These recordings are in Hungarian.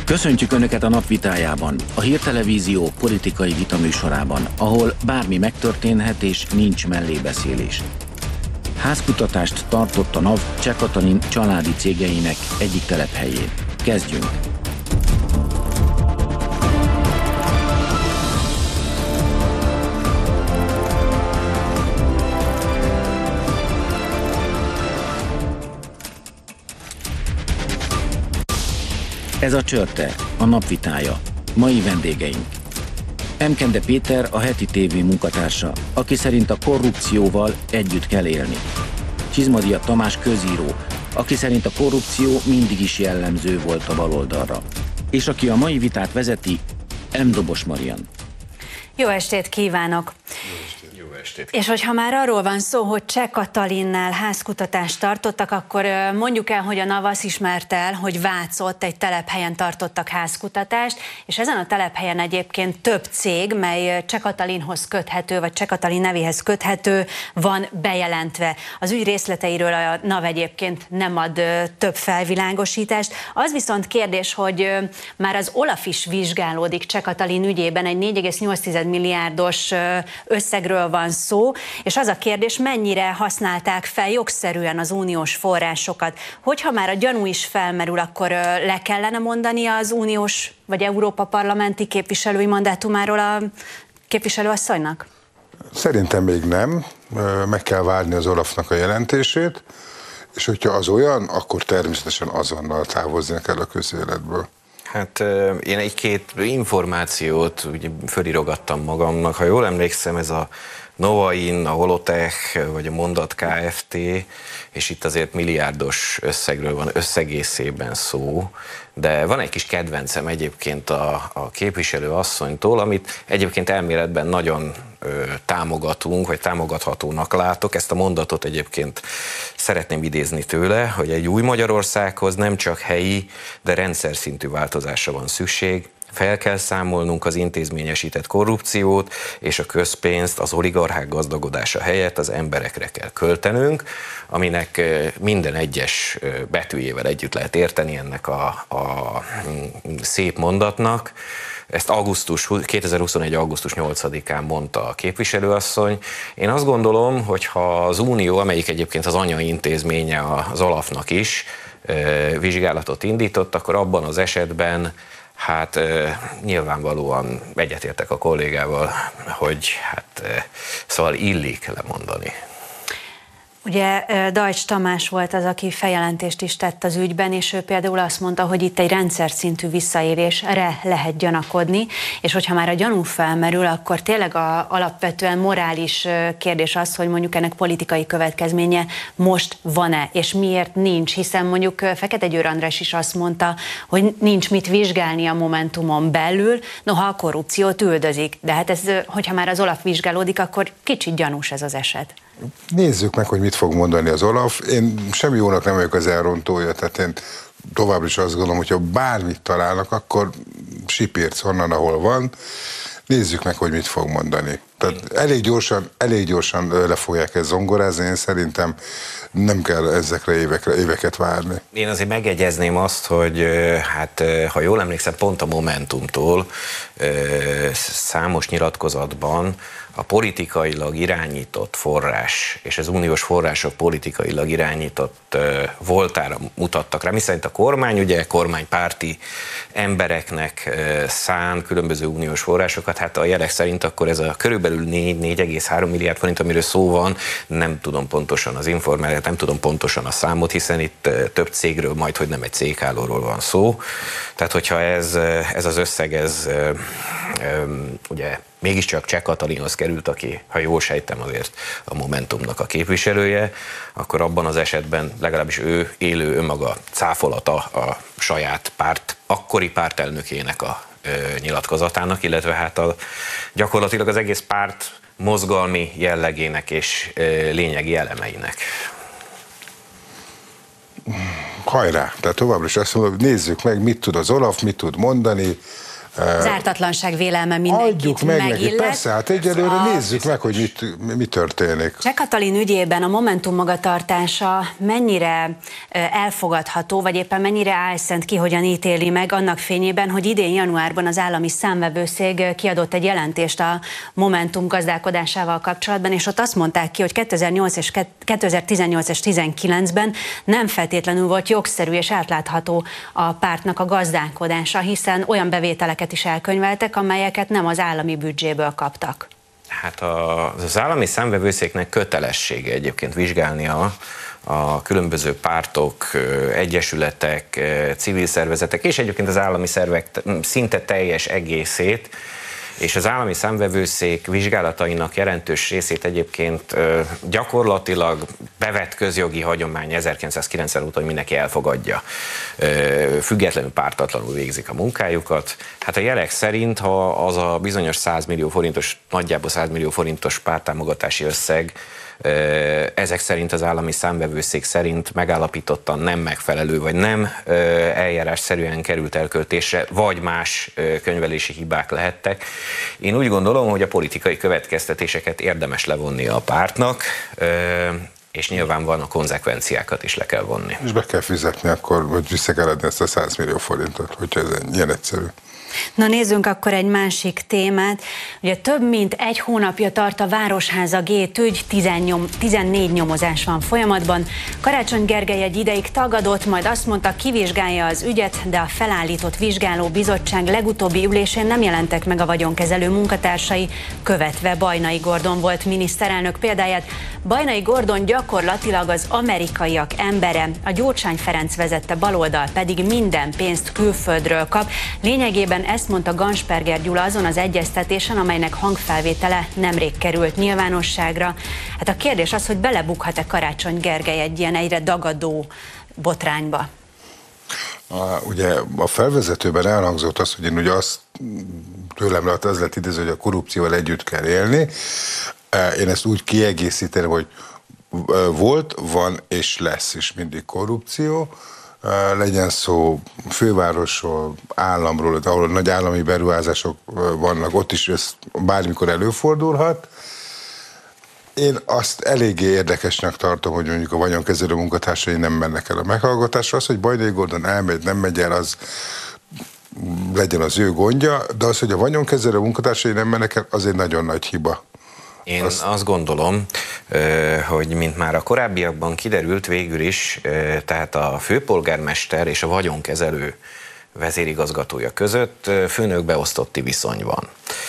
Köszöntjük Önöket a Napvitájában, a Hírtelevízió politikai vitaműsorában, ahol bármi megtörténhet és nincs mellébeszélés. Házkutatást tartott a NAV Cseh Katalin családi cégeinek egyik telephelyén. Kezdjünk! Ez a Csörte, a Napvitája. Mai vendégeink. Emkende Péter, a Heti TV munkatársa, aki szerint a korrupcióval együtt kell élni. Csizmadia Tamás közíró, aki szerint a korrupció mindig is jellemző volt a baloldalra. És aki a mai vitát vezeti, M. Dobos Marian. Jó estét kívánok! És hogyha már arról van szó, hogy Cseh Katalinnál házkutatást tartottak, akkor mondjuk el, hogy a NAV azt ismerte el, hogy Vácott egy telephelyen tartottak házkutatást, és ezen a telephelyen egyébként több cég, mely Cseh Katalinhoz köthető, vagy Cseh Katalin nevéhez köthető, van bejelentve. Az ügy részleteiről a NAV egyébként nem ad több felvilágosítást. Az viszont kérdés, hogy már az OLAF is vizsgálódik Cseh Katalin ügyében, egy 4,8 milliárdos összegről van szó, és az a kérdés, mennyire használták fel jogszerűen az uniós forrásokat. Hogyha már a gyanú is felmerül, akkor le kellene mondani az uniós vagy Európa parlamenti képviselői mandátumáról a képviselőasszonynak? Szerintem még nem. Meg kell várni az Olafnak a jelentését, és hogyha az olyan, akkor természetesen azonnal távozni kell a közéletből. Hát én egy-két információt ugye fölirogattam magamnak. Ha jól emlékszem, ez a Novain, a Holotech, vagy a Mondat Kft., és itt azért milliárdos összegről van összegészében szó, de van egy kis kedvencem egyébként a képviselő asszonytól, amit egyébként elméletben nagyon támogatunk, vagy támogathatónak látok. Ezt a mondatot egyébként szeretném idézni tőle, hogy egy új Magyarországhoz nem csak helyi, de rendszer szintű változásra van szükség. Fel kell számolnunk az intézményesített korrupciót, és a közpénzt az oligarchák gazdagodása helyett az emberekre kell költenünk, aminek minden egyes betűjével együtt lehet érteni ennek a szép mondatnak. Ezt 2021. augusztus 8-án mondta a képviselőasszony. Én azt gondolom, hogy ha az Unió, amelyik egyébként az anyaintézménye az Olafnak is, vizsgálatot indított, akkor abban az esetben hát nyilvánvalóan egyetértek a kollégával, hogy szóval illik lemondani. Ugye Deutsch Tamás volt az, aki feljelentést is tett az ügyben, és ő például azt mondta, hogy itt egy rendszer szintű visszaélésre lehet gyanakodni, és hogyha már a gyanú felmerül, akkor tényleg alapvetően morális kérdés az, hogy mondjuk ennek politikai következménye most van-e, és miért nincs, hiszen mondjuk Fekete Győr András is azt mondta, hogy nincs mit vizsgálni a Momentumon belül, noha a korrupciót üldözik. De hát ez, hogyha már az Olaf vizsgálódik, akkor kicsit gyanús ez az eset. Nézzük meg, hogy mit fog mondani az Olaf. Én semmi jónak nem vagyok az elrontója, tehát én továbbra is azt gondolom, hogyha bármit találnak, akkor sipírc onnan, ahol van. Nézzük meg, hogy mit fog mondani. Tehát elég gyorsan le fogják ezt zongorázni, én szerintem nem kell ezekre éveket várni. Én azért megegyezném azt, hogy hát ha jól emlékszem, pont a Momentumtól számos nyilatkozatban a politikailag irányított forrás és az uniós források politikailag irányított voltára mutattak rá, miszerint a kormány, ugye kormánypárti embereknek szán különböző uniós forrásokat, hát a jelek szerint akkor ez a körülbelül 4,3 milliárd forint, amiről szó van, nem tudom pontosan az információt, nem tudom pontosan a számot, hiszen itt több cégről, majdhogy nem egy céghálóról van szó. Tehát, hogyha ez az összeg, ugye mégiscsak Cseh Katalinhoz került, aki, ha jól sejtem, azért a Momentumnak a képviselője, akkor abban az esetben legalábbis ő élő önmaga cáfolata a saját akkori pártelnökének a nyilatkozatának, illetve hát gyakorlatilag az egész párt mozgalmi jellegének és lényegi elemeinek. Hajrá! Tehát továbbra is azt mondom, hogy nézzük meg, mit tud az Olaf, mit tud mondani, Az ártatlanság vélelme mindenkit megillet. Persze, hát egyelőre nézzük meg, hogy mi történik. Cseh Katalin ügyében a Momentum magatartása mennyire elfogadható, vagy éppen mennyire álszent ki, hogyan ítéli meg annak fényében, hogy idén januárban az állami számvevőszék kiadott egy jelentést a Momentum gazdálkodásával kapcsolatban, és ott azt mondták ki, hogy 2018 és 19-ben nem feltétlenül volt jogszerű és átlátható a pártnak a gazdálkodása, hiszen olyan bevételeket is elkönyveltek, amelyeket nem az állami büdzséből kaptak. Hát az állami számvevőszéknek kötelessége egyébként vizsgálnia a különböző pártok, egyesületek, civil szervezetek és egyébként az állami szervek szinte teljes egészét, és az állami számvevőszék vizsgálatainak jelentős részét egyébként gyakorlatilag bevett közjogi hagyomány 1990 óta, hogy mindenki elfogadja. Függetlenül, pártatlanul végzik a munkájukat. Hát a jelek szerint, ha az a bizonyos 100 millió forintos, nagyjából 100 millió forintos párttámogatási összeg ezek szerint az állami számvevőszék szerint megállapítottan nem megfelelő, vagy nem eljárásszerűen került elköltésre, vagy más könyvelési hibák lehettek. Én úgy gondolom, hogy a politikai következtetéseket érdemes levonni a pártnak, és nyilván a konzekvenciákat is le kell vonni. És be kell fizetni akkor, hogy vissza kell adni ezt a 100 millió forintot, hogyha ez ilyen egyszerű. Na nézzünk akkor egy másik témát. Ugye több mint egy hónapja tart a Városháza Gate ügy, 14 nyomozás van folyamatban. Karácsony Gergely egy ideig tagadott, majd azt mondta, kivizsgálja az ügyet, de a felállított vizsgáló bizottság legutóbbi ülésén nem jelentek meg a vagyonkezelő munkatársai, követve Bajnai Gordon volt miniszterelnök példáját. Bajnai Gordon gyakorlatilag az amerikaiak embere, a Gyurcsány Ferenc vezette baloldal pedig minden pénzt külföldről kap. Lényegében ezt mondta Gansperger Gyula azon az egyeztetésen, amelynek hangfelvétele nemrég került nyilvánosságra. Hát a kérdés az, hogy belebukhat-e Karácsony Gergely egy ilyen egyre dagadó botrányba? Ugye a felvezetőben elhangzott az, hogy én ugye azt tőlem az lett idéző, hogy a korrupcióval együtt kell élni. Én ezt úgy kiegészíteném, hogy volt, van és lesz is mindig korrupció. Legyen szó fővárosról, államról, ahol nagy állami beruházások vannak, ott is ez bármikor előfordulhat. Én azt eléggé érdekesnek tartom, hogy mondjuk a vagyonkezelő munkatársai nem mennek el a meghallgatásra. Az, hogy Bajnai Gordon elmegy, nem megy el, az legyen az ő gondja, de az, hogy a vagyonkezelő munkatársai nem mennek el, az egy nagyon nagy hiba. Én azt gondolom, hogy mint már a korábbiakban kiderült végül is, tehát a főpolgármester és a vagyonkezelő vezérigazgatója között főnök beosztotti viszony van.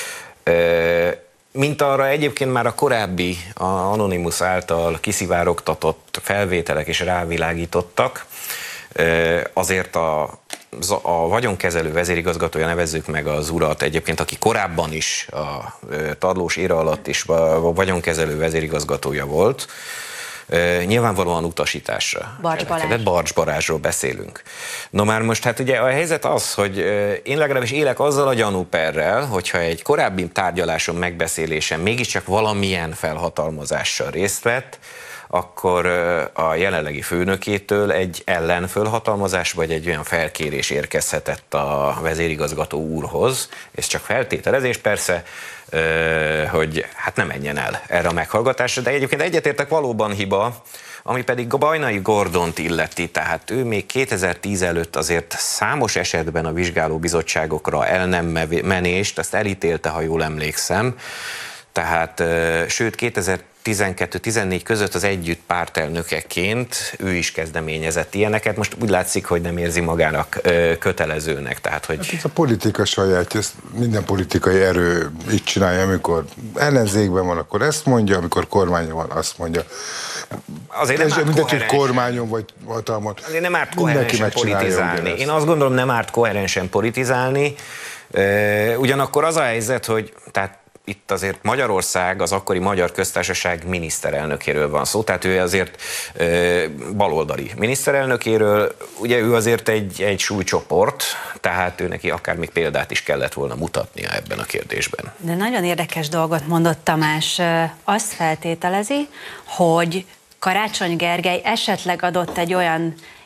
Mint arra egyébként már a korábbi a Anonymous által kiszivárogtatott felvételek is rávilágítottak, azért a vagyonkezelő vezérigazgatója, nevezzük meg az urat egyébként, aki korábban is a Tarlós éra alatt is a vagyonkezelő vezérigazgatója volt, nyilvánvalóan utasításra. Barcs Balázsról beszélünk. No már most hát ugye a helyzet az, hogy én legalábbis élek azzal a gyanúperrel, hogyha egy korábbi tárgyaláson, megbeszélésen mégiscsak valamilyen felhatalmazással részt vett, akkor a jelenlegi főnökétől egy ellenfölhatalmazás vagy egy olyan felkérés érkezhetett a vezérigazgató úrhoz. Ez csak feltételezés persze, hogy hát nem menjen el erre a meghallgatásra, de egyébként egyetértek, valóban hiba, ami pedig a Bajnai Gordont illeti, tehát ő még 2010 előtt azért számos esetben a vizsgálóbizottságokra el nem menést, azt elítélte, ha jól emlékszem, tehát sőt 2012-14 között az együtt pártelnökeként ő is kezdeményezett ilyeneket, most úgy látszik, hogy nem érzi magának kötelezőnek. Tehát, hogy... Hát ez a politika sajátja, ezt minden politikai erő így csinálja, amikor ellenzékben van, akkor ezt mondja, amikor kormányon van, azt mondja. Azért nem árt mindegy, hogy kormányon vagy hatalmon. Azért nem árt koherensen politizálni. Én azt gondolom, nem árt koherensen politizálni. Ugyanakkor az a helyzet, hogy tehát itt azért Magyarország, az akkori Magyar Köztársaság miniszterelnökéről van szó, tehát ő azért baloldali miniszterelnökéről, ugye ő azért egy súlycsoport, tehát ő neki akár még példát is kellett volna mutatnia ebben a kérdésben. De nagyon érdekes dolgot mondott Tamás, azt feltételezi, hogy Karácsony Gergely esetleg adott egy olyan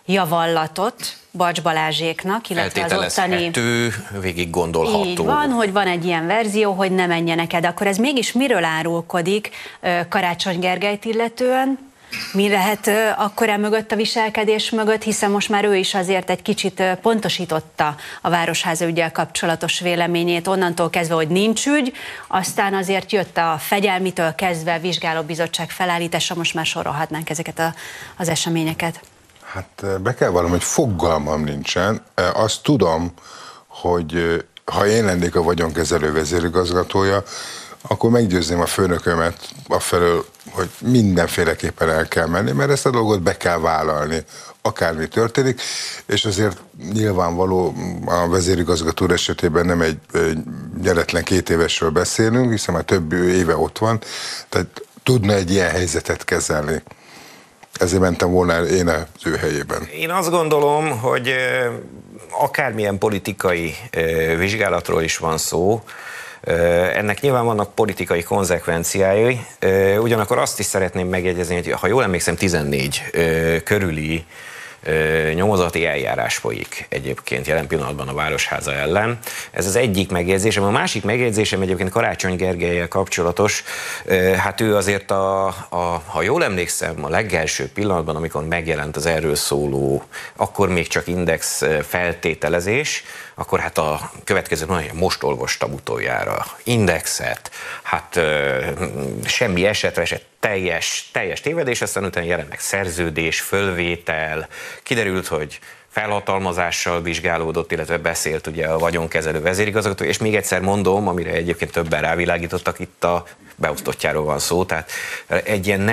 javallatot Barcs Balázséknak, illetve az ottani... végig gondolható. Így van, hogy van egy ilyen verzió, hogy ne menjenek el. De akkor ez mégis miről árulkodik Karácsony Gergelyt illetően? Mi lehet akkor mögött a viselkedés mögött, hiszen most már ő is azért egy kicsit pontosította a Városháza üggyel kapcsolatos véleményét, onnantól kezdve, hogy nincs ügy, aztán azért jött a fegyelmitől kezdve a vizsgálóbizottság felállítása, most már sorolhatnánk ezeket az eseményeket. Hát be kell vallanom, hogy fogalmam nincsen. Azt tudom, hogy ha én lennék a vagyonkezelő vezérigazgatója, akkor meggyőzném a főnökömet afelől, hogy mindenféleképpen el kell menni, mert ezt a dolgot be kell vállalni, akármi történik, és azért nyilvánvaló a vezérigazgató esetében nem egy gyeretlen 2 évesről beszélünk, hiszen már több éve ott van, tehát tudna egy ilyen helyzetet kezelni. Ezért mentem volna én az ő helyében. Én azt gondolom, hogy akármilyen politikai vizsgálatról is van szó, ennek nyilván vannak politikai konzekvenciái, ugyanakkor azt is szeretném megjegyezni, hogy ha jól emlékszem, 14 körüli nyomozati eljárás folyik egyébként jelen pillanatban a Városháza ellen. Ez az egyik megjegyzésem. A másik megjegyzésem egyébként Karácsony Gergellyel kapcsolatos. Hát ő azért, ha jól emlékszem, a legelső pillanatban, amikor megjelent az erről szóló, akkor még csak Index feltételezés, akkor hát a következő, most olvastam utoljára Indexet, hát semmi esetre se teljes tévedés, aztán utána jelent meg szerződés, fölvétel, kiderült, hogy felhatalmazással vizsgálódott, illetve beszélt ugye a vagyonkezelő vezérigazgató, és még egyszer mondom, amire egyébként többen rávilágítottak, itt a beosztottjáról van szó, tehát egy ilyen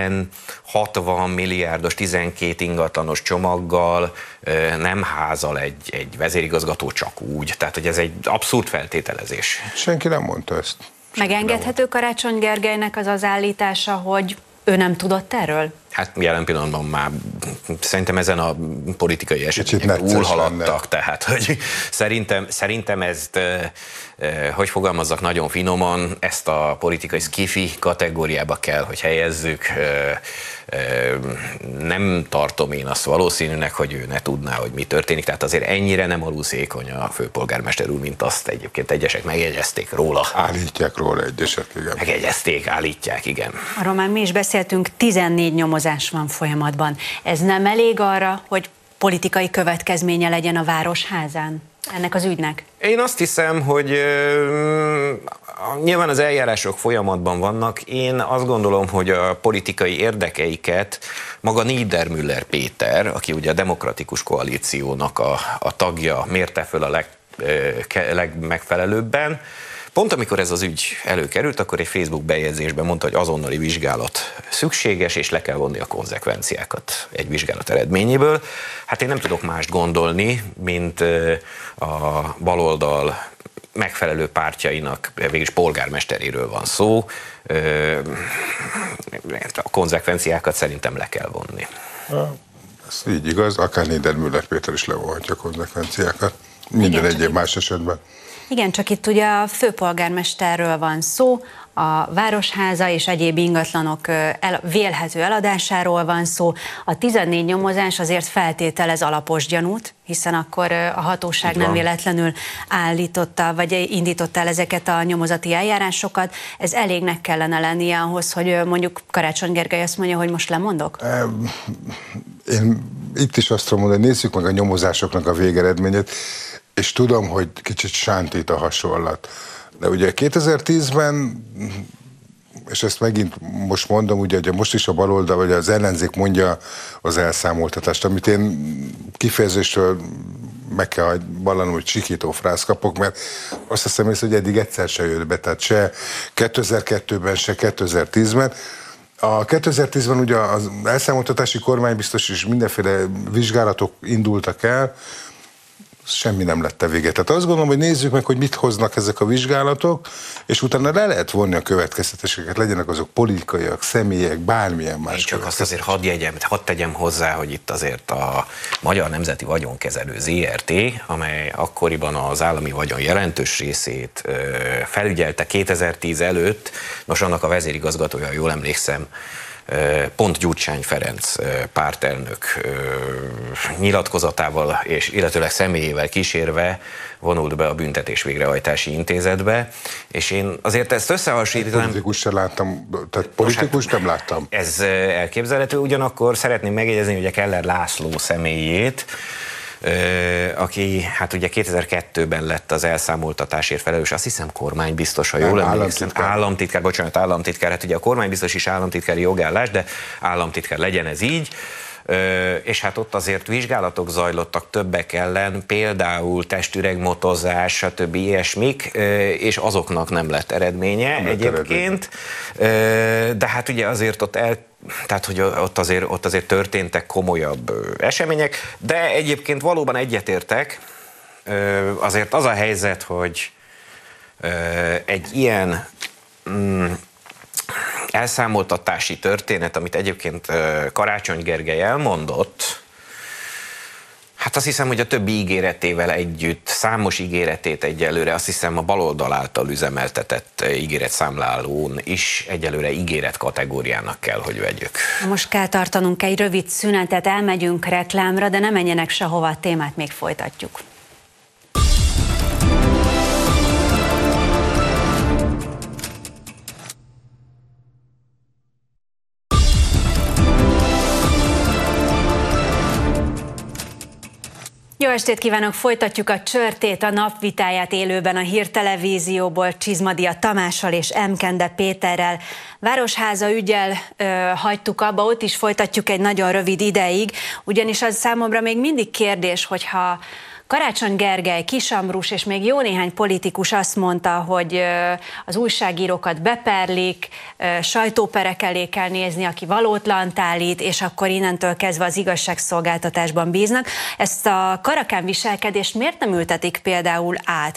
40-60 milliárdos 12 ingatlanos csomaggal nem házal egy vezérigazgató csak úgy, tehát hogy ez egy abszurd feltételezés. Senki nem mondta ezt. Megengedhető Karácsony Gergelynek az állítása, hogy ő nem tudott erről? Hát jelen pillanatban már szerintem ezen a politikai események túlhaladtak, tehát hogy szerintem ezt, hogy fogalmazzak nagyon finoman, ezt a politikai skifi kategóriába kell, hogy helyezzük. Nem tartom én azt valószínűnek, hogy ő ne tudná, hogy mi történik, tehát azért ennyire nem aluszékony a főpolgármester úr, mint azt egyébként egyesek megjegyezték róla. Állítják róla egyesek, igen. Megjegyezték, állítják, igen. Arról már mi is beszéltünk, 14 nyomozás van folyamatban. Ez nem elég arra, hogy politikai következménye legyen a Városházán ennek az ügynek? Én azt hiszem, hogy nyilván az eljárások folyamatban vannak. Én azt gondolom, hogy a politikai érdekeiket maga Niedermüller Péter, aki ugye a Demokratikus Koalíciónak a tagja, mérte föl a legmegfelelőbben. Pont amikor ez az ügy előkerült, akkor egy Facebook bejegyzésben mondta, hogy azonnali vizsgálat szükséges, és le kell vonni a konzekvenciákat egy vizsgálat eredményéből. Hát én nem tudok mást gondolni, mint a baloldal megfelelő pártjainak, végülis polgármesteréről van szó. A konzekvenciákat szerintem le kell vonni. Ez így igaz, akár Niedermüller Péter is levonhatja a konzekvenciákat. Minden egyéb más esetben. Igen, csak itt ugye a főpolgármesterről van szó, a Városháza és egyéb ingatlanok vélhető eladásáról van szó. A 14 nyomozás azért feltételez alapos gyanút, hiszen akkor a hatóság nem véletlenül állította, vagy indította el ezeket a nyomozati eljárásokat. Ez elégnek kellene lennie ahhoz, hogy mondjuk Karácsony Gergely azt mondja, hogy most lemondok? Én itt is azt tudom mondani, nézzük meg a nyomozásoknak a végeredményét, és tudom, hogy kicsit sántít a hasonlat. De ugye 2010-ben, és ezt megint most mondom, ugye most is a baloldal, vagy az ellenzék mondja az elszámoltatást, amit én kifejezésről meg kell vallanom, hogy sikító frász kapok, mert azt hiszem, hogy eddig egyszer se jött be, tehát se 2002-ben, se 2010-ben. A 2010-ben ugye az elszámoltatási kormánybiztos is mindenféle vizsgálatok indultak el, semmi nem lett a vége. Tehát azt gondolom, hogy nézzük meg, hogy mit hoznak ezek a vizsgálatok, és utána le lehet vonni a következtetéseket, legyenek azok politikaiak, személyek, bármilyen más. Én csak azt azért hadd tegyem hozzá, hogy itt azért a Magyar Nemzeti Vagyonkezelő ZRT, amely akkoriban az állami vagyon jelentős részét felügyelte 2010 előtt, nos annak a vezérigazgatója, jól emlékszem, pont Gyurcsány Ferenc pártelnök nyilatkozatával és illetőleg személyével kísérve vonult be a büntetés végrehajtási intézetbe, és én azért ezt összehasonlítanám. Politikus sem láttam, tehát politikus nem láttam. Ez elképzelhető, ugyanakkor szeretném megjegyezni, hogy a Keller László személyét, aki hát ugye 2002-ben lett az elszámoltatásért felelős, azt hiszem kormánybiztos, ha jól emlékszem, államtitkár, hát ugye a kormánybiztos is államtitkári jogállás, de államtitkár legyen ez így, és hát ott azért vizsgálatok zajlottak többek ellen, például testüregmotozás, stb. Ilyesmik, és azoknak nem lett eredménye egyébként, de hát ugye azért ott tehát, hogy ott azért történtek komolyabb események, de egyébként valóban egyetértek, azért az a helyzet, hogy egy ilyen elszámoltatási történet, amit egyébként Karácsony Gergely elmondott, hát azt hiszem, hogy a többi ígéretével együtt, számos ígéretét egyelőre, azt hiszem a baloldal által üzemeltetett ígéretszámlálón is egyelőre ígéret kategóriának kell, hogy vegyük. Most kell tartanunk egy rövid szünetet, elmegyünk reklámra, de ne menjenek sehova, a témát még folytatjuk. Jó estét kívánok! Folytatjuk a Csörtét, a napvitáját élőben a Hírtelevízióból Csizmadia Tamással és Emkende Péterrel. Városháza üggyel hagytuk abba, ott is folytatjuk egy nagyon rövid ideig, ugyanis az számomra még mindig kérdés, hogyha Karácsony Gergely, Kiss Ambrus és még jó néhány politikus azt mondta, hogy az újságírókat beperlik, sajtóperek elé kell nézni, aki valótlant állít, és akkor innentől kezdve az igazságszolgáltatásban bíznak. Ezt a karakán viselkedést miért nem ültetik például át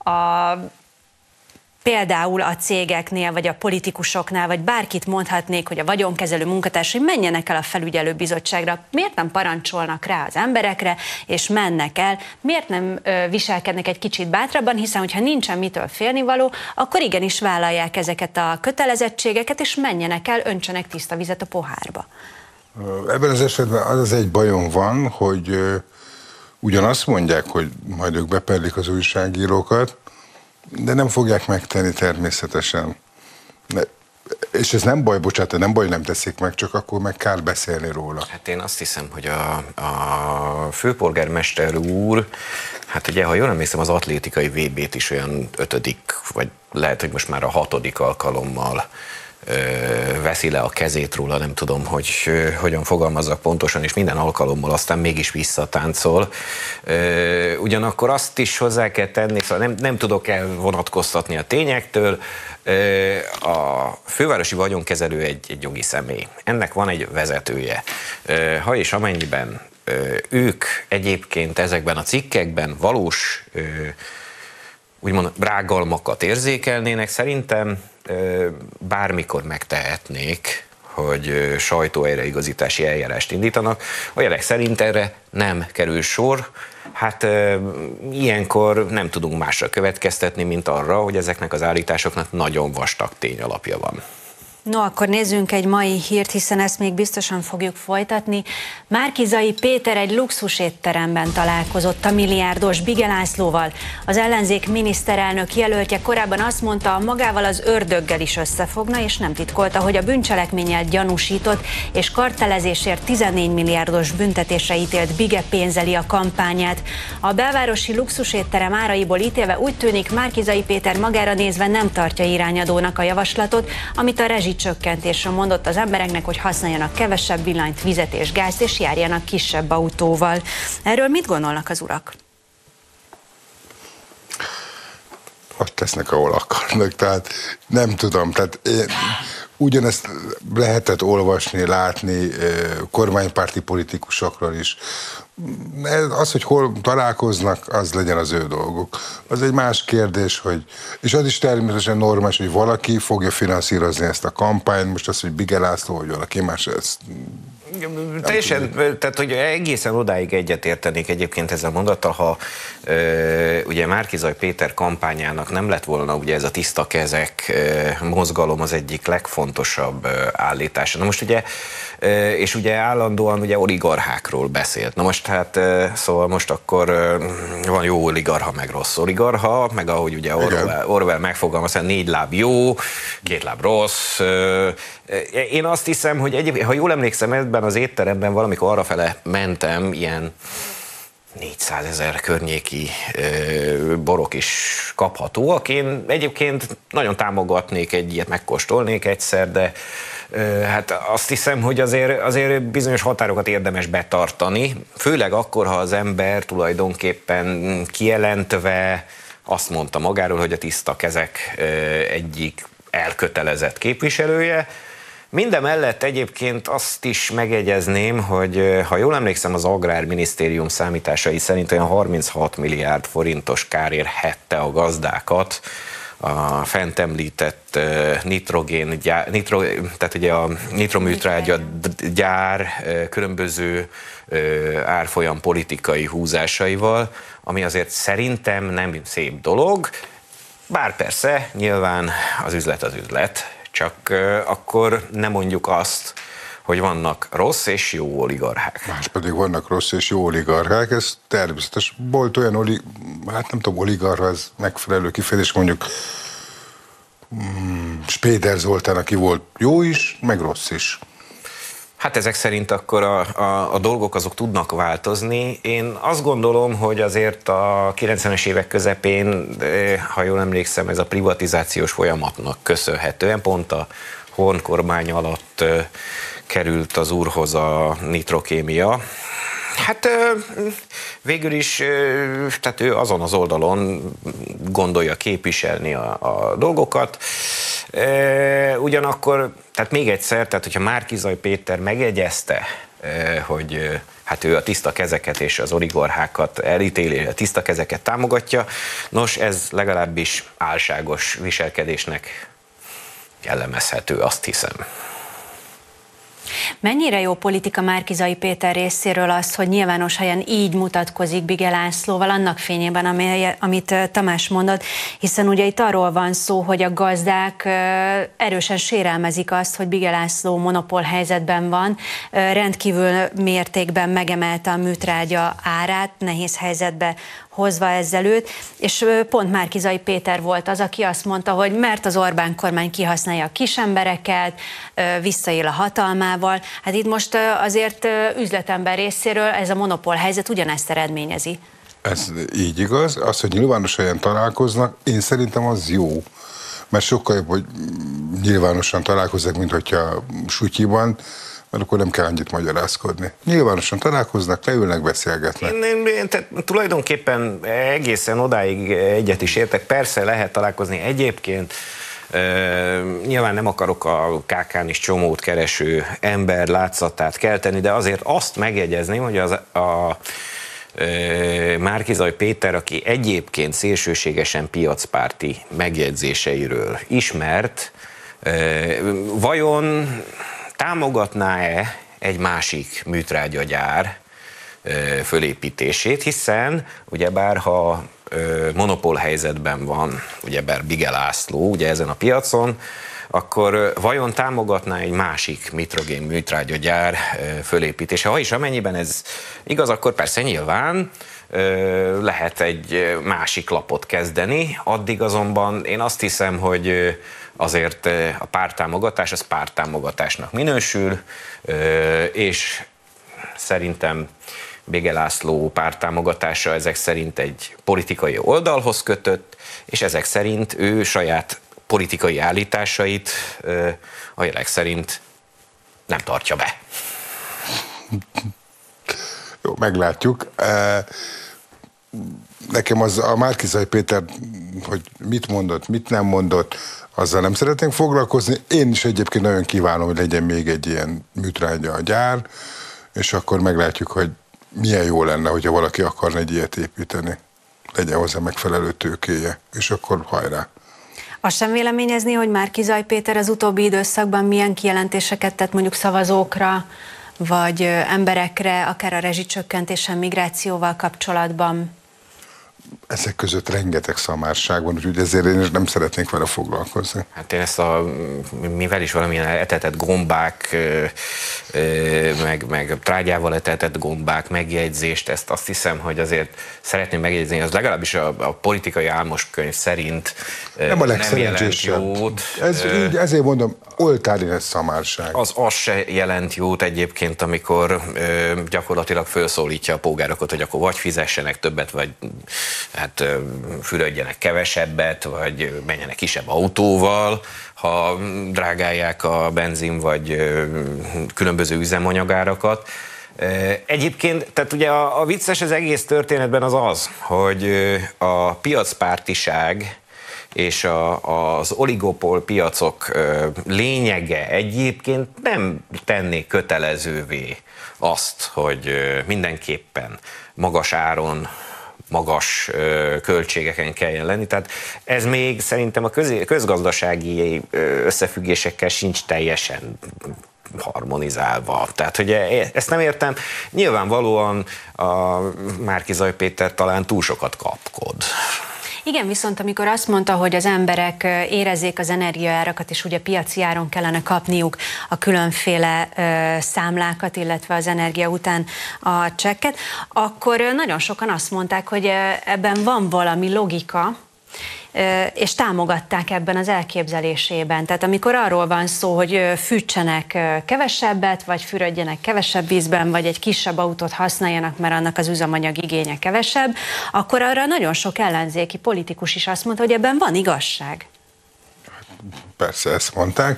például a cégeknél, vagy a politikusoknál, vagy bárkit mondhatnék, hogy a vagyonkezelő munkatársai menjenek el a felügyelőbizottságra. Miért nem parancsolnak rá az emberekre, és mennek el? Miért nem viselkednek egy kicsit bátrabban, hiszen hogyha nincsen mitől félnivaló, akkor igenis vállalják ezeket a kötelezettségeket, és menjenek el, öntsenek tiszta vizet a pohárba. Ebben az esetben az egy bajom van, hogy ugyanazt mondják, hogy majd ők beperlik az újságírókat, de nem fogják megtenni természetesen. És ez nem baj, bocsánat, nem baj, nem teszik meg, csak akkor meg kell beszélni róla. Hát én azt hiszem, hogy a főpolgármester úr, hát ugye, ha jól emlékszem, az atlétikai VB-t is olyan 5., vagy lehet, hogy most már a 6. alkalommal veszi le a kezét róla, nem tudom, hogy hogyan fogalmazzak pontosan, és minden alkalommal aztán mégis visszatáncol. Ugyanakkor azt is hozzá kell tenni, szóval nem tudok elvonatkoztatni a tényektől. A fővárosi vagyonkezelő egy jogi személy. Ennek van egy vezetője. Ha és amennyiben ők egyébként ezekben a cikkekben valós úgymond rágalmakat érzékelnének, szerintem bármikor megtehetnék, hogy sajtóhelyreigazítási eljárást indítanak. A jelek szerint erre nem kerül sor. Hát ilyenkor nem tudunk másra következtetni, mint arra, hogy ezeknek az állításoknak nagyon vastag tényalapja van. No, akkor nézzünk egy mai hírt, hiszen ezt még biztosan fogjuk folytatni. Márki-Zay Péter egy luxus étteremben találkozott a milliárdos Bige Lászlóval. Az ellenzék miniszterelnök jelöltje korábban azt mondta, magával az ördöggel is összefogna, és nem titkolta, hogy a bűncselekménnyel gyanúsított és kartelezésért 14 milliárdos büntetésre ítélt Bige pénzeli a kampányát. A belvárosi luxus étterem áraiból ítélve úgy tűnik, Márki-Zay Péter magára nézve nem tartja irányadónak a javaslatot, amit a rezsicsökkentésre mondott az embereknek, hogy használjanak kevesebb villanyt, vizet és gázt, és járjanak kisebb autóval. Erről mit gondolnak az urak? Azt tesznek, ahol akarnak, tehát nem tudom, tehát ugyanezt lehetett olvasni, látni kormánypárti politikusokról is. Az, hogy hol találkoznak, az legyen az ő dolguk. Az egy más kérdés, hogy, és az is természetesen normális, hogy valaki fogja finanszírozni ezt a kampányt, most az, hogy Bige László, vagy valaki más, ezt teljesen, tehát hogy egészen odáig egyetértenék egyébként ezzel a mondattal, ha ugye Márki-Zay Péter kampányának nem lett volna ugye ez a tiszta kezek mozgalom az egyik legfontosabb állítása. Na most ugye, és ugye állandóan ugye oligarchákról beszélt. Na most hát szóval most akkor van jó oligarcha, meg rossz oligarcha, meg ahogy ugye Orwell megfogalmazta, 4 láb jó, 2 láb rossz. Én azt hiszem, hogy egyébként, ha jól emlékszem, ebben az étteremben valamikor arrafele mentem, ilyen 400 000 környéki borok is kaphatóak. Én egyébként nagyon támogatnék egy ilyet, megkóstolnék egyszer, de hát azt hiszem, hogy azért bizonyos határokat érdemes betartani, főleg akkor, ha az ember tulajdonképpen kijelentve azt mondta magáról, hogy a tiszta kezek egyik elkötelezett képviselője. Mindemellett egyébként azt is megjegyezném, hogy ha jól emlékszem, az Agrárminisztérium számításai szerint olyan 36 milliárd forintos kár érhette a gazdákat a fent említett tehát ugye a nitroműtrágya gyár különböző árfolyam politikai húzásaival, ami azért szerintem nem szép dolog, bár persze nyilván az üzlet, csak akkor nem mondjuk azt, hogy vannak rossz és jó oligarchák. Más pedig vannak rossz és jó oligarchák, ez természetes. Volt olyan hát nem tudom, oligarcha, ez megfelelő kifejezés, mondjuk Spéder Zoltán, aki volt jó is, meg rossz is. Hát ezek szerint akkor a dolgok azok tudnak változni. Én azt gondolom, hogy azért a 90-es évek közepén, ha jól emlékszem, ez a privatizációs folyamatnak köszönhetően pont a Horn kormány alatt került az úrhoz a nitrokémia. Hát végül is, tehát ő azon az oldalon gondolja képviselni a dolgokat. Ugyanakkor, tehát még egyszer, tehát hogyha Márki-Zay Péter megjegyezte, hogy hát ő a tiszta kezeket és az oligarchákat elítéli, a tiszta kezeket támogatja, nos, ez legalábbis álságos viselkedésnek jellemezhető, azt hiszem. Mennyire jó politika Márki-Zay Péter részéről az, hogy nyilvános helyen így mutatkozik Bige Lászlóval, annak fényében, amit Tamás mondott, hiszen ugye itt arról van szó, hogy a gazdák erősen sérelmezik azt, hogy Bige László monopól helyzetben van, rendkívül mértékben megemelte a műtrágya árát, nehéz helyzetbe hozva ezzel őt, és pont Márki-Zay Péter volt az, aki azt mondta, hogy mert az Orbán kormány kihasználja a kisembereket, visszaél a hatalmával, hát itt most azért üzletember részéről ez a monopól helyzet ugyanezt eredményezi. Ez így igaz. Az, hogy nyilvános helyen találkoznak, én szerintem az jó, mert sokkal jobb, hogy nyilvánosan találkozzak, mint hogyha sutyiban, mert akkor nem kell annyit magyarázkodni. Nyilvánosan találkoznak, leülnek, beszélgetnek. Én tulajdonképpen egészen odáig egyet is értek. Persze lehet találkozni egyébként. Nyilván nem akarok a KK-n is csomót kereső ember látszatát kelteni, de azért azt megjegyezném, hogy a Márki-Zay Péter, aki egyébként szélsőségesen piacpárti megjegyzéseiről ismert, vajon támogatná-e egy másik műtrágyagyár fölépítését, hiszen ugyebár ha monopól helyzetben van ugyebár Bige László ugye ezen a piacon, akkor vajon támogatná egy másik nitrogén műtrágyagyár fölépítése? Ha is amennyiben ez igaz, akkor persze nyilván lehet egy másik lapot kezdeni, addig azonban én azt hiszem, hogy azért a párttámogatás az párttámogatásnak minősül, és szerintem Bige László párttámogatása ezek szerint egy politikai oldalhoz kötött, és ezek szerint ő saját politikai állításait a jelek szerint nem tartja be. Jó, meglátjuk. Nekem az a Márki-Zay Péter, hogy mit mondott, mit nem mondott, azzal nem szeretnénk foglalkozni. Én is egyébként nagyon kívánom, hogy legyen még egy ilyen műtrágya a gyár, és akkor meglátjuk, hogy milyen jó lenne, hogyha valaki akarna egy ilyet építeni. Legyen hozzá megfelelő tőkéje, és akkor hajrá. Azt sem véleményezni, hogy Márki-Zay Péter az utóbbi időszakban milyen kijelentéseket tett mondjuk szavazókra, vagy emberekre, akár a rezsicsökkentésen, migrációval kapcsolatban? Ezek között rengeteg szamárság van, úgyhogy ezért én nem szeretnék vele foglalkozni. Hát én ezt mivel is valamilyen etetett gombák, meg trágyával etetett gombák, megjegyzést, ezt azt hiszem, hogy azért szeretném megjegyezni, az legalábbis a politikai álmoskönyv szerint nem a legszerencsésebb. Ezért mondom, oltári ez szamárság. Az se jelent jót egyébként, amikor gyakorlatilag felszólítja a polgárokat, hogy akkor vagy fizessenek többet, vagy hát fürödjenek kevesebbet, vagy menjenek kisebb autóval, ha drágálják a benzin vagy különböző üzemanyagárakat. Egyébként, tehát ugye a vicces az egész történetben az, hogy a piacpártiság és az oligopól piacok lényege egyébként nem tenné kötelezővé azt, hogy mindenképpen magas áron, magas költségeken kelljen lenni. Tehát ez még szerintem a közgazdasági összefüggésekkel sincs teljesen harmonizálva. Tehát, hogy ezt nem értem. Nyilvánvalóan a Márki-Zay Péter talán túl sokat kapkod. Igen, viszont amikor azt mondta, hogy az emberek érezzék az energiaárakat, és ugye piaci áron kellene kapniuk a különféle számlákat, illetve az energia után a csekket, akkor nagyon sokan azt mondták, hogy ebben van valami logika, és támogatták ebben az elképzelésében. Tehát amikor arról van szó, hogy fűtsenek kevesebbet, vagy fürödjenek kevesebb vízben, vagy egy kisebb autót használjanak, mert annak az üzemanyag igénye kevesebb, akkor arra nagyon sok ellenzéki politikus is azt mondta, hogy ebben van igazság. Persze, ezt mondták.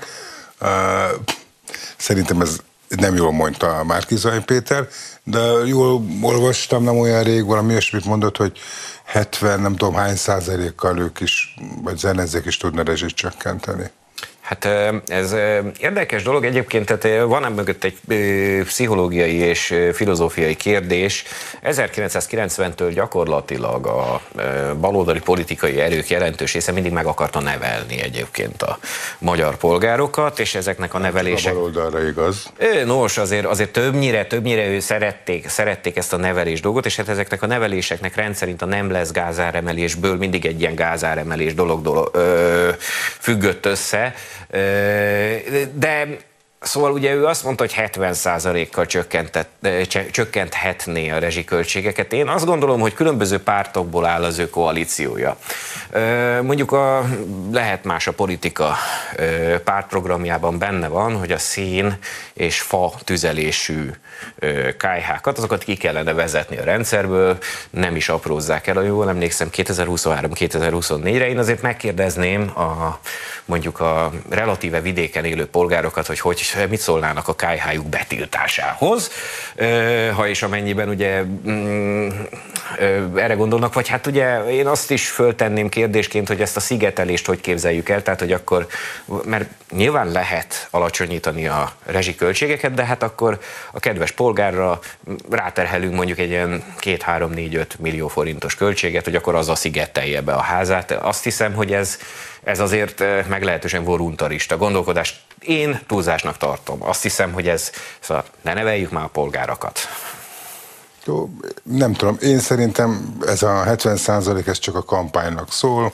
Szerintem ez nem jól mondta a Márki-Zay Péter, de jól olvastam nem olyan rég, valami olyasmit mondott, hogy 70, nem tudom hány százalékkal ők is, vagy zenezék is tudna rezsit csökkenteni. Hát ez érdekes dolog egyébként, tehát van mögött egy pszichológiai és filozófiai kérdés. 1990-től gyakorlatilag a baloldali politikai erők jelentős része mindig meg akarta nevelni egyébként a magyar polgárokat, és ezeknek a nevelések... A baloldalra igaz. Nos, azért többnyire ő szerették ezt a nevelés dolgot, és hát ezeknek a neveléseknek rendszerint a nem lesz gázáremelésből mindig egy ilyen gázáremelés dolog függött össze. De szóval ugye ő azt mondta, hogy 70%-kal csökkenthetné a rezsiköltségeket. Én azt gondolom, hogy különböző pártokból áll az ő koalíciója. Mondjuk lehet más a politika pártprogramjában benne van, hogy a szén és fa tüzelésű kályhákat, azokat ki kellene vezetni a rendszerből, nem is aprózzák el, jól emlékszem, 2023-2024-re. Én azért megkérdezném mondjuk a relatíve vidéken élő polgárokat, hogy mit szólnának a kályhájuk betiltásához, ha és amennyiben ugye erre gondolnak, vagy hát ugye én azt is föltenném kérdésként, hogy ezt a szigetelést hogy képzeljük el, tehát hogy akkor, mert nyilván lehet alacsonyítani a rezsiköltségeket, de hát akkor a kedves polgárra ráterhelünk mondjuk egy ilyen 2-3-4-5 millió forintos költséget, hogy akkor az a szigetelje be a házát. Azt hiszem, hogy ez azért meglehetősen voluntarista gondolkodás. Én túlzásnak tartom. Azt hiszem, hogy szóval ne neveljük már a polgárokat. Jó, nem tudom, én szerintem ez a 70% ez csak a kampánynak szól,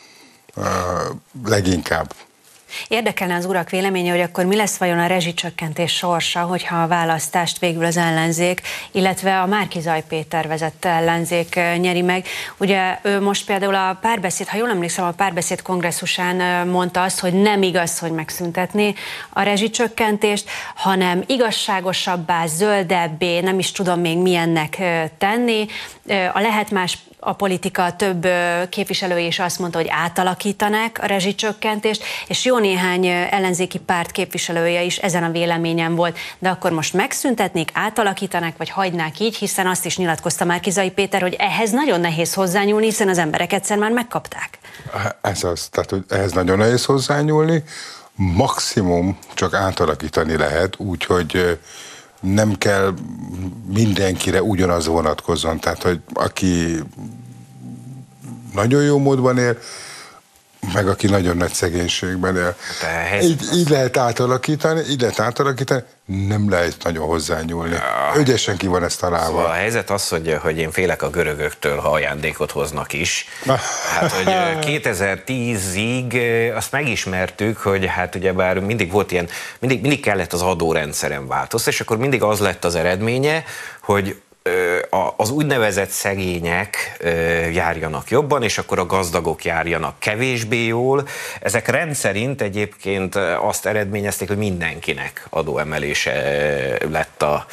leginkább. Érdekelne az urak véleménye, hogy akkor mi lesz vajon a rezsicsökkentés sorsa, hogyha a választást végül az ellenzék, illetve a Márki-Zay Péter vezette ellenzék nyeri meg. Ugye ő most például a Párbeszéd, ha jól emlékszem, a Párbeszéd kongresszusán mondta azt, hogy nem igaz, hogy megszüntetné a rezsicsökkentést, hanem igazságosabbá, zöldebbé, nem is tudom még milyennek tenni. A Lehet Más a politika több képviselője is azt mondta, hogy átalakítanák a rezsicsökkentést, és jó néhány ellenzéki párt képviselője is ezen a véleményen volt. De akkor most megszüntetnék, átalakítanák, vagy hagynák így, hiszen azt is nyilatkozta Márki-Zay Péter, hogy ehhez nagyon nehéz hozzányúlni, hiszen az emberek egyszer már megkapták. Ez az, tehát hogy ehhez nagyon nehéz hozzányúlni, maximum csak átalakítani lehet, úgyhogy nem kell mindenkire ugyanaz vonatkozzon. Tehát, hogy aki nagyon jó módban él, meg aki nagyon nagy szegénységben él. Így lehet átalakítani, nem lehet nagyon hozzányúlni. Ügyesen ki van ezt találva. Szóval a helyzet az, hogy én félek a görögöktől, ha ajándékot hoznak is. Hát, hogy 2010-ig azt megismertük, hogy hát ugyebár mindig volt ilyen, mindig kellett az adórendszeren változni, és akkor mindig az lett az eredménye, hogy az úgynevezett szegények járjanak jobban, és akkor a gazdagok járjanak kevésbé jól. Ezek rendszerint egyébként azt eredményezték, hogy mindenkinek adóemelése lett a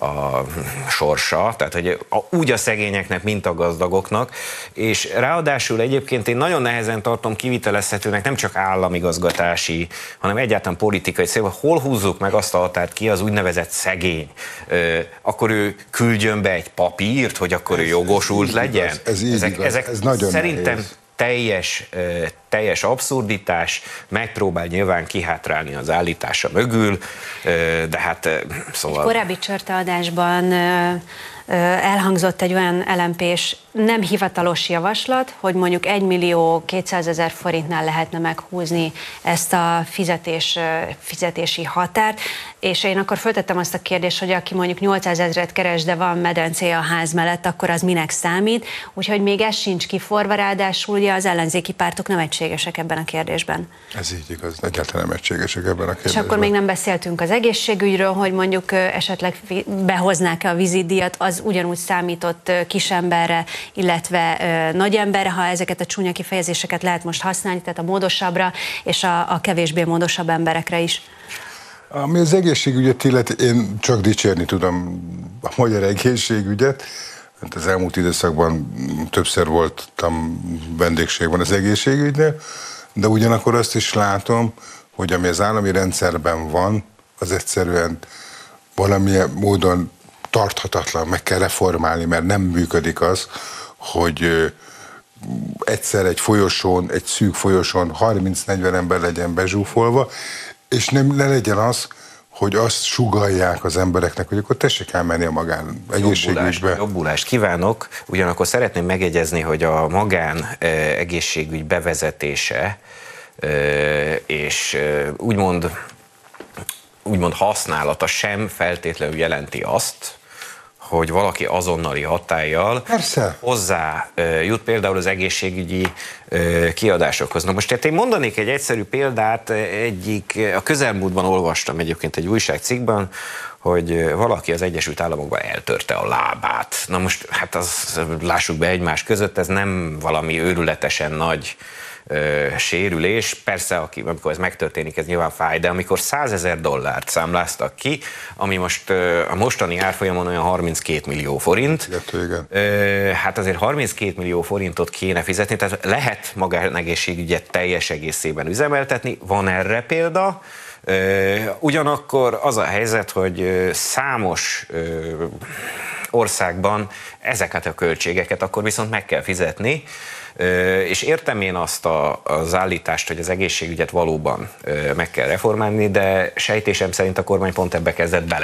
sorsa, tehát hogy úgy a szegényeknek, mint a gazdagoknak, és ráadásul egyébként én nagyon nehezen tartom kivitelezhetőnek nem csak államigazgatási, hanem egyáltalán politikai célban, hol húzzuk meg azt a határt ki az úgynevezett szegény. Akkor ő küldjön be egy papírt, hogy akkor ő jogosult legyen. Ez nagyon szerintem nehéz. teljes abszurditás, megpróbál nyilván kihátrálni az állítása mögül, de hát szóval... Korábbi csörteadásban elhangzott egy olyan LMP-s nem hivatalos javaslat, hogy mondjuk 1.200.000 forintnál lehetne meghúzni ezt a fizetési határt, és én akkor föltettem azt a kérdést, hogy aki mondjuk 800.000-et keres, de van medencéje a ház mellett, akkor az minek számít, úgyhogy még ez sincs kiforva, ráadásul ugye az ellenzéki pártok nem egységesek ebben a kérdésben. Ez így igaz, egyáltalán nem egységesek ebben a kérdésben. És akkor még nem beszéltünk az egészségügyről, hogy mondjuk esetleg behoznák-e a vízidíjat, az ugyanúgy számított kisemberre, illetve nagy emberre, ha ezeket a csúnya kifejezéseket lehet most használni, tehát a módosabbra és a kevésbé módosabb emberekre is. Ami az egészségügyet illeti, én csak dicsérni tudom a magyar egészségügyet. Az elmúlt időszakban többször voltam vendégségben az egészségügynél, de ugyanakkor azt is látom, hogy ami az állami rendszerben van, az egyszerűen valamilyen módon tarthatatlan, meg kell reformálni, mert nem működik az, hogy egyszer egy folyosón, egy szűk folyosón 30-40 ember legyen bezsúfolva, és ne legyen az, hogy azt sugallják az embereknek, hogy akkor tessék elmenni a magán egészségügybe. Jobbulást kívánok, ugyanakkor szeretném megjegyezni, hogy a magán egészségügy bevezetése és úgymond használata sem feltétlenül jelenti azt, hogy valaki azonnali hatállyal hozzá jut például az egészségügyi kiadásokhoz. Na most tehát én mondanék egy egyszerű példát, a közelmúltban olvastam egyébként egy újságcikkben, hogy valaki az Egyesült Államokban eltörte a lábát. Na most hát lássuk be egymás között, ez nem valami őrületesen nagy sérülés. Persze, amikor ez megtörténik, ez nyilván fáj, de amikor $100,000 számláztak ki, ami most a mostani árfolyamon olyan 32 millió forint, hát azért 32 millió forintot kéne fizetni, tehát lehet magánegészségügyet teljes egészében üzemeltetni, van erre példa. Ugyanakkor az a helyzet, hogy számos országban ezeket a költségeket akkor viszont meg kell fizetni, és értem én azt az állítást, hogy az egészségügyet valóban meg kell reformálni, de sejtésem szerint a kormány pont ebbe kezdett bele.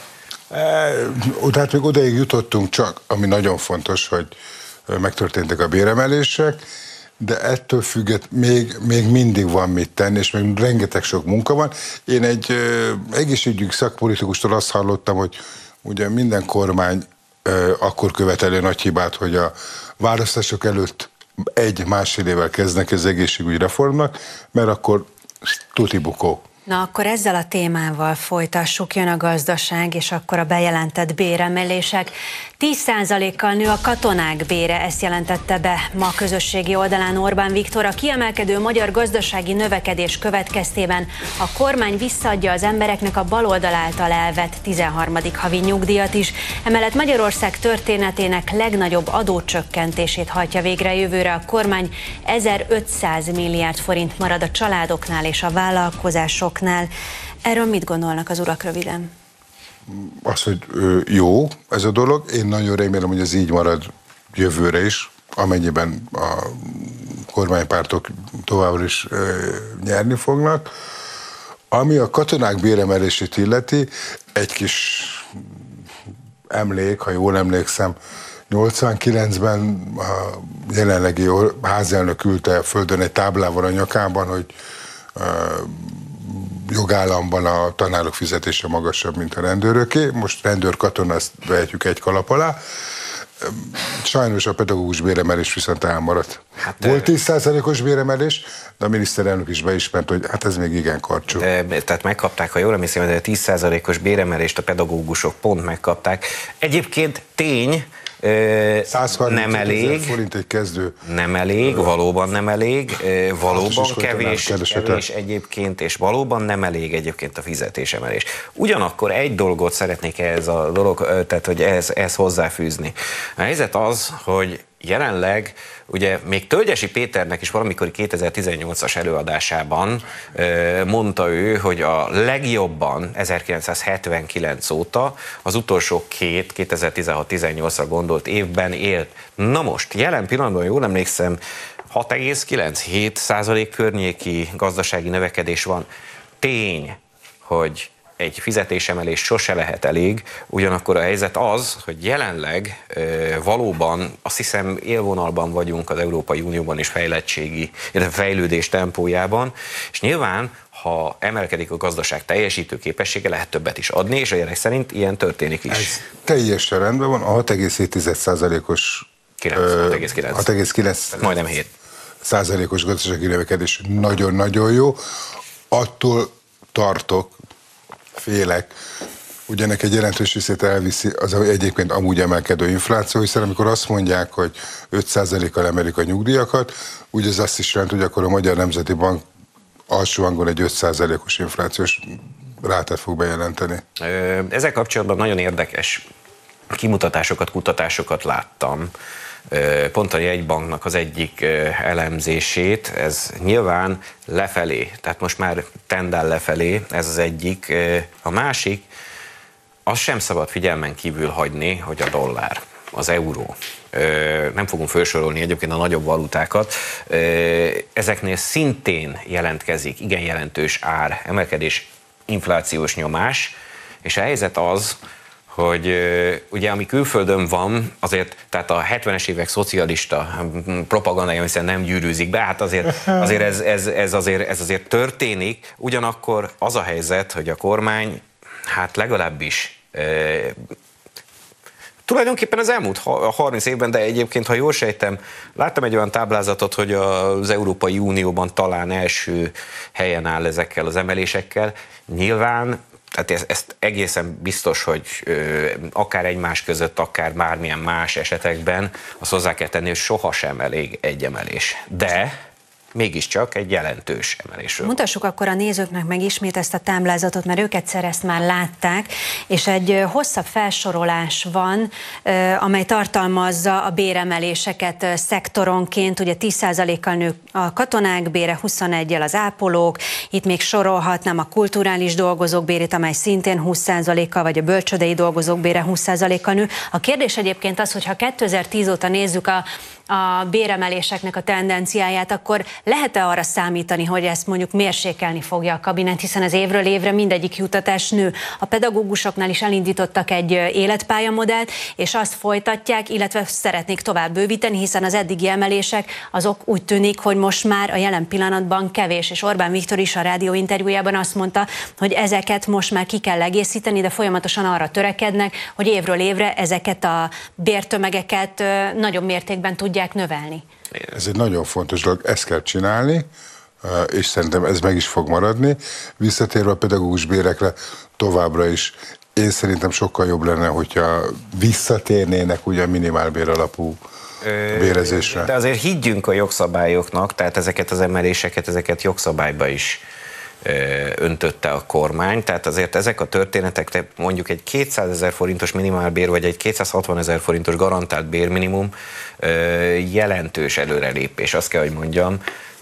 Tehát még odaig jutottunk csak, ami nagyon fontos, hogy megtörténtek a béremelések, de ettől függet még mindig van mit tenni, és még rengeteg sok munka van. Én egy egészségügyi szakpolitikustól azt hallottam, hogy ugye minden kormány akkor követeli nagy hibát, hogy a választások előtt 1-1,5 évvel kezdnek az egészségügyi reformnak, mert akkor tuti bukó. Na akkor ezzel a témával folytassuk, jön a gazdaság, és akkor a bejelentett béremelések. 10%-kal nő a katonák bére, ezt jelentette be ma közösségi oldalán Orbán Viktor. A kiemelkedő magyar gazdasági növekedés következtében a kormány visszaadja az embereknek a baloldal által elvett 13. havi nyugdíjat is. Emellett Magyarország történetének legnagyobb adócsökkentését hajtja végre jövőre. A kormány 1500 milliárd forint marad a családoknál és a vállalkozásoknál. Erről mit gondolnak az urak röviden? Az, hogy jó ez a dolog, én nagyon remélem, hogy ez így marad jövőre is, amennyiben a kormánypártok továbbra is nyerni fognak. Ami a katonák béremelését illeti, egy kis emlék, ha jól emlékszem, 89-ben a jelenlegi házelnök ülte földön egy táblával a nyakában, hogy jogállamban a tanárok fizetése magasabb, mint a rendőröké. Most rendőr-katona, ezt vehetjük egy kalap alá. Sajnos a pedagógus béremelés viszont elmaradt. Volt 10%-os béremelés, de a miniszterelnök is beismert, hogy hát ez még igen karcsú. Tehát megkapták, ha jól emlékszem, de a 10%-os béremelést a pedagógusok pont megkapták. Egyébként tény, nem elég, forint egy kezdő. Nem elég, valóban nem elég, valóban kevés egyébként, és valóban nem elég egyébként a fizetésemelés. Ugyanakkor egy dolgot szeretnék ehhez a dolog, tehát hogy ehhez hozzáfűzni. A helyzet az, hogy jelenleg ugye még Tölgyesi Péternek is valamikor 2018-as előadásában mondta ő, hogy a legjobban 1979 óta az utolsó 2016-18-ra gondolt évben élt. Na most, jelen pillanatban, jól emlékszem, 6,97% környéki gazdasági növekedés van. Tény, hogy egy fizetésemelés sose lehet elég, ugyanakkor a helyzet az, hogy jelenleg valóban azt hiszem élvonalban vagyunk az Európai Unióban és fejlettségi, illetve fejlődés tempójában, és nyilván, ha emelkedik a gazdaság teljesítő képessége, lehet többet is adni, és a jelek szerint ilyen történik is. Ez teljesen rendben van, a 6,7%-os 6,9 majdnem 7 százalékos gazdasági növekedés nagyon-nagyon jó. Attól tartok, félek, ugyanek egy jelentős részét elviszi az egyébként amúgy emelkedő infláció, hiszen amikor azt mondják, hogy 5%-kal emelik a nyugdíjakat, úgy az azt is jelenti, hogy akkor a Magyar Nemzeti Bank alsó hangon egy 5%-os inflációs rátát fog bejelenteni. Ezzel kapcsolatban nagyon érdekes kimutatásokat, kutatásokat láttam. Pont a jegybanknak az egyik elemzését, ez nyilván lefelé, tehát most már tendál lefelé, ez az egyik. A másik, azt sem szabad figyelmen kívül hagyni, hogy a dollár, az euró, nem fogunk felsorolni egyébként a nagyobb valutákat, ezeknél szintén jelentkezik igen jelentős ár, emelkedés, inflációs nyomás, és a helyzet az, hogy ugye ami külföldön van, azért, tehát a 70-es évek szocialista propagandája, hiszen nem gyűrűzik be, hát ez azért történik, ugyanakkor az a helyzet, hogy a kormány, hát legalábbis tulajdonképpen az elmúlt 30 évben, de egyébként, ha jól sejtem, láttam egy olyan táblázatot, hogy az Európai Unióban talán első helyen áll ezekkel az emelésekkel. Nyilván, tehát ezt egészen biztos, hogy akár egymás között, akár bármilyen más esetekben azt hozzá kell tenni, hogy sohasem elég egy emelés. De mégiscsak egy jelentős emelésről. Mutassuk akkor a nézőknek meg ismét ezt a táblázatot, mert ők egyszer ezt már látták, és egy hosszabb felsorolás van, amely tartalmazza a béremeléseket szektoronként, ugye 10%-kal nő a katonák bére, 21-jel az ápolók, itt még sorolhatnám a kulturális dolgozók bérét, amely szintén 20%-kal, vagy a bölcsődei dolgozók bére 20%-kal nő. A kérdés egyébként az, hogy ha 2010 óta nézzük a béremeléseknek a tendenciáját, akkor lehet-e arra számítani, hogy ezt mondjuk mérsékelni fogja a kabinet, hiszen az évről évre mindegyik jutatás nő. A pedagógusoknál is elindítottak egy életpályamodellt, és azt folytatják, illetve szeretnék tovább bővíteni, hiszen az eddigi emelések azok úgy tűnik, hogy most már a jelen pillanatban kevés, és Orbán Viktor is a rádióinterjújában azt mondta, hogy ezeket most már ki kell egészíteni, de folyamatosan arra törekednek, hogy évről évre ezeket a bértömegeket nagyobb mértékben tudják növelni. Ez egy nagyon fontos dolog, ezt kell csinálni, és szerintem ez meg is fog maradni. Visszatérve a pedagógus bérekre, továbbra is én szerintem sokkal jobb lenne, hogyha visszatérnének ugye a minimálbér alapú bérezésre. De azért higgyünk a jogszabályoknak, tehát ezeket az emeléseket, ezeket jogszabályba is öntötte a kormány, tehát azért ezek a történetek, mondjuk egy 200 000 forintos minimálbér, vagy egy 260 000 forintos garantált bérminimum jelentős előrelépés, azt kell, hogy mondjam.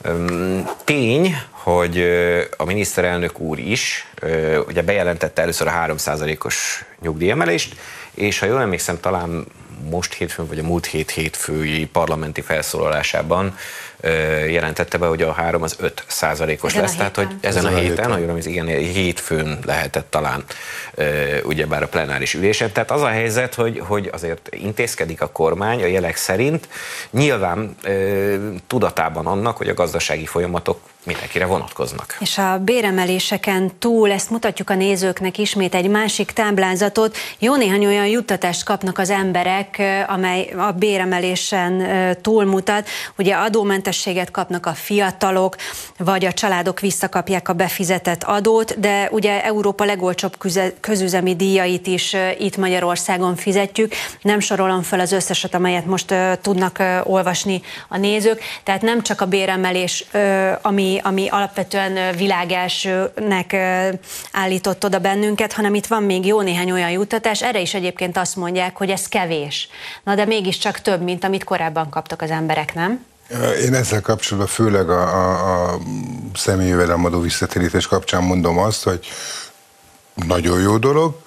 Tény, hogy a miniszterelnök úr is ugye bejelentette először a 3%-os nyugdíjemelést, és ha jól emlékszem, talán most hétfőn, vagy a múlt hétfői parlamenti felszólalásában jelentette be, hogy a 3 az 5%-os lesz. Tehát, hogy ezen a héten, igen, hétfőn lehetett talán ugyebár a plenáris ülésen. Tehát az a helyzet, hogy azért intézkedik a kormány a jelek szerint, nyilván tudatában annak, hogy a gazdasági folyamatok mindenkire vonatkoznak. És a béremeléseken túl, ezt mutatjuk a nézőknek ismét egy másik táblázatot, jó néhány olyan juttatást kapnak az emberek, amely a béremelésen túlmutat. Ugye adómentességet kapnak a fiatalok, vagy a családok visszakapják a befizetett adót, de ugye Európa legolcsóbb közüzemi díjait is itt Magyarországon fizetjük. Nem sorolom fel az összeset, amelyet most tudnak olvasni a nézők. Tehát nem csak a béremelés, ami alapvetően világelsőnek állított oda bennünket, hanem itt van még jó néhány olyan juttatás, erre is egyébként azt mondják, hogy ez kevés. Na de mégiscsak több, mint amit korábban kaptak az emberek, nem? Én ezzel kapcsolatban főleg a személyi jövedelemadó visszatérítés kapcsán mondom azt, hogy nagyon jó dolog,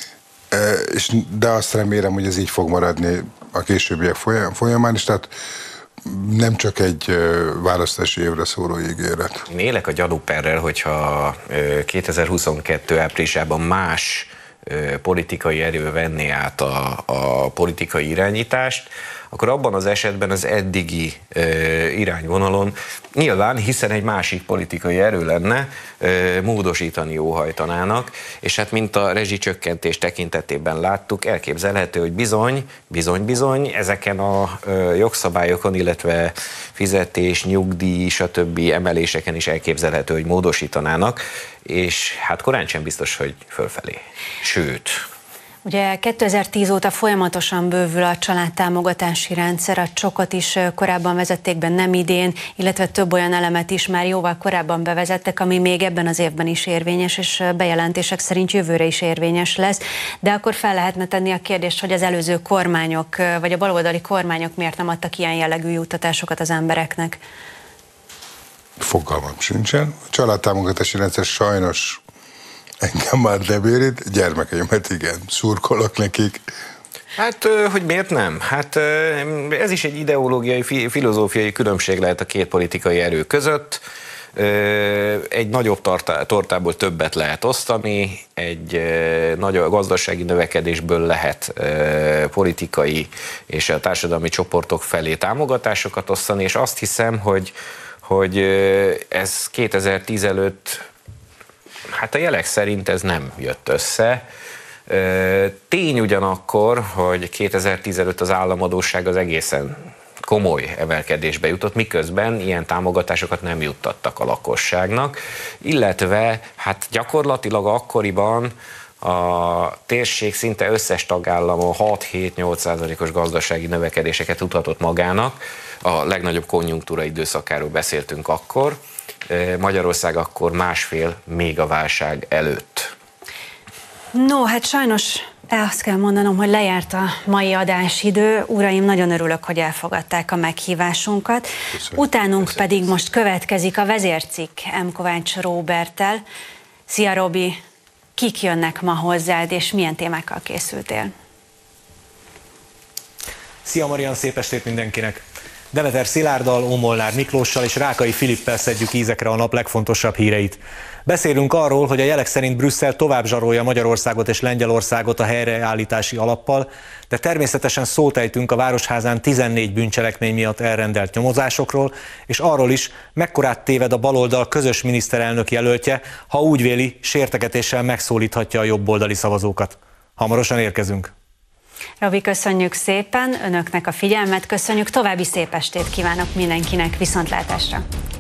de azt remélem, hogy ez így fog maradni a későbbiek folyamán is, tehát nem csak egy választási évre szóló ígéret. Én élek a gyanúperrel, hogyha 2022 áprilisában más politikai erő venné át a politikai irányítást, akkor abban az esetben az eddigi irányvonalon nyilván, hiszen egy másik politikai erő lenne, módosítani óhajtanának, és hát mint a rezsicsökkentés tekintetében láttuk, elképzelhető, hogy bizony ezeken a jogszabályokon, illetve fizetés, nyugdíj, stb. Emeléseken is elképzelhető, hogy módosítanának, és hát korán sem biztos, hogy fölfelé. Sőt. Ugye 2010 óta folyamatosan bővül a családtámogatási rendszer, a csokot is korábban vezették be, nem idén, illetve több olyan elemet is már jóval korábban bevezettek, ami még ebben az évben is érvényes, és bejelentések szerint jövőre is érvényes lesz. De akkor fel lehetne tenni a kérdést, hogy az előző kormányok, vagy a baloldali kormányok miért nem adtak ilyen jellegű juttatásokat az embereknek? Fogalmam sincsen. A családtámogatási rendszer sajnos engem már nem érint, gyermekeimet igen, szurkolok nekik. Hát, hogy miért nem? Hát ez is egy ideológiai, filozófiai különbség lehet a két politikai erő között. Egy nagyobb tortából többet lehet osztani, egy nagyobb gazdasági növekedésből lehet politikai és a társadalmi csoportok felé támogatásokat osztani, és azt hiszem, hogy ez 2010 előtt, hát a jelek szerint ez nem jött össze. Tény ugyanakkor, hogy 2010 előtt az államadósság az egészen komoly emelkedésbe jutott, miközben ilyen támogatásokat nem juttattak a lakosságnak, illetve hát gyakorlatilag akkoriban a térség szinte összes tagállama 6-7-8%-os gazdasági növekedéseket tudhatott magának. A legnagyobb konjunktúra időszakáról beszéltünk akkor. Magyarország akkor másfél még a válság előtt. No, hát sajnos azt kell mondanom, hogy lejárt a mai adásidő. Uraim, nagyon örülök, hogy elfogadták a meghívásunkat. Utánunk pedig most következik a vezércikk M. Kovács Róberttel. Szia, Robi! Kik jönnek ma hozzád, és milyen témákkal készültél? Szia, Marian, szép estét mindenkinek! Demeter Szilárddal, Ómolnár Miklóssal és Rákai Filippel szedjük ízekre a nap legfontosabb híreit. Beszélünk arról, hogy a jelek szerint Brüsszel tovább zsarolja Magyarországot és Lengyelországot a helyreállítási alappal, de természetesen szót ejtünk a Városházán 14 bűncselekmény miatt elrendelt nyomozásokról, és arról is, mekkorát téved a baloldal közös miniszterelnök jelöltje, ha úgy véli, sértegetéssel megszólíthatja a jobboldali szavazókat. Hamarosan érkezünk. Robi, köszönjük szépen, önöknek a figyelmet, köszönjük, további szép estét kívánok mindenkinek, viszontlátásra!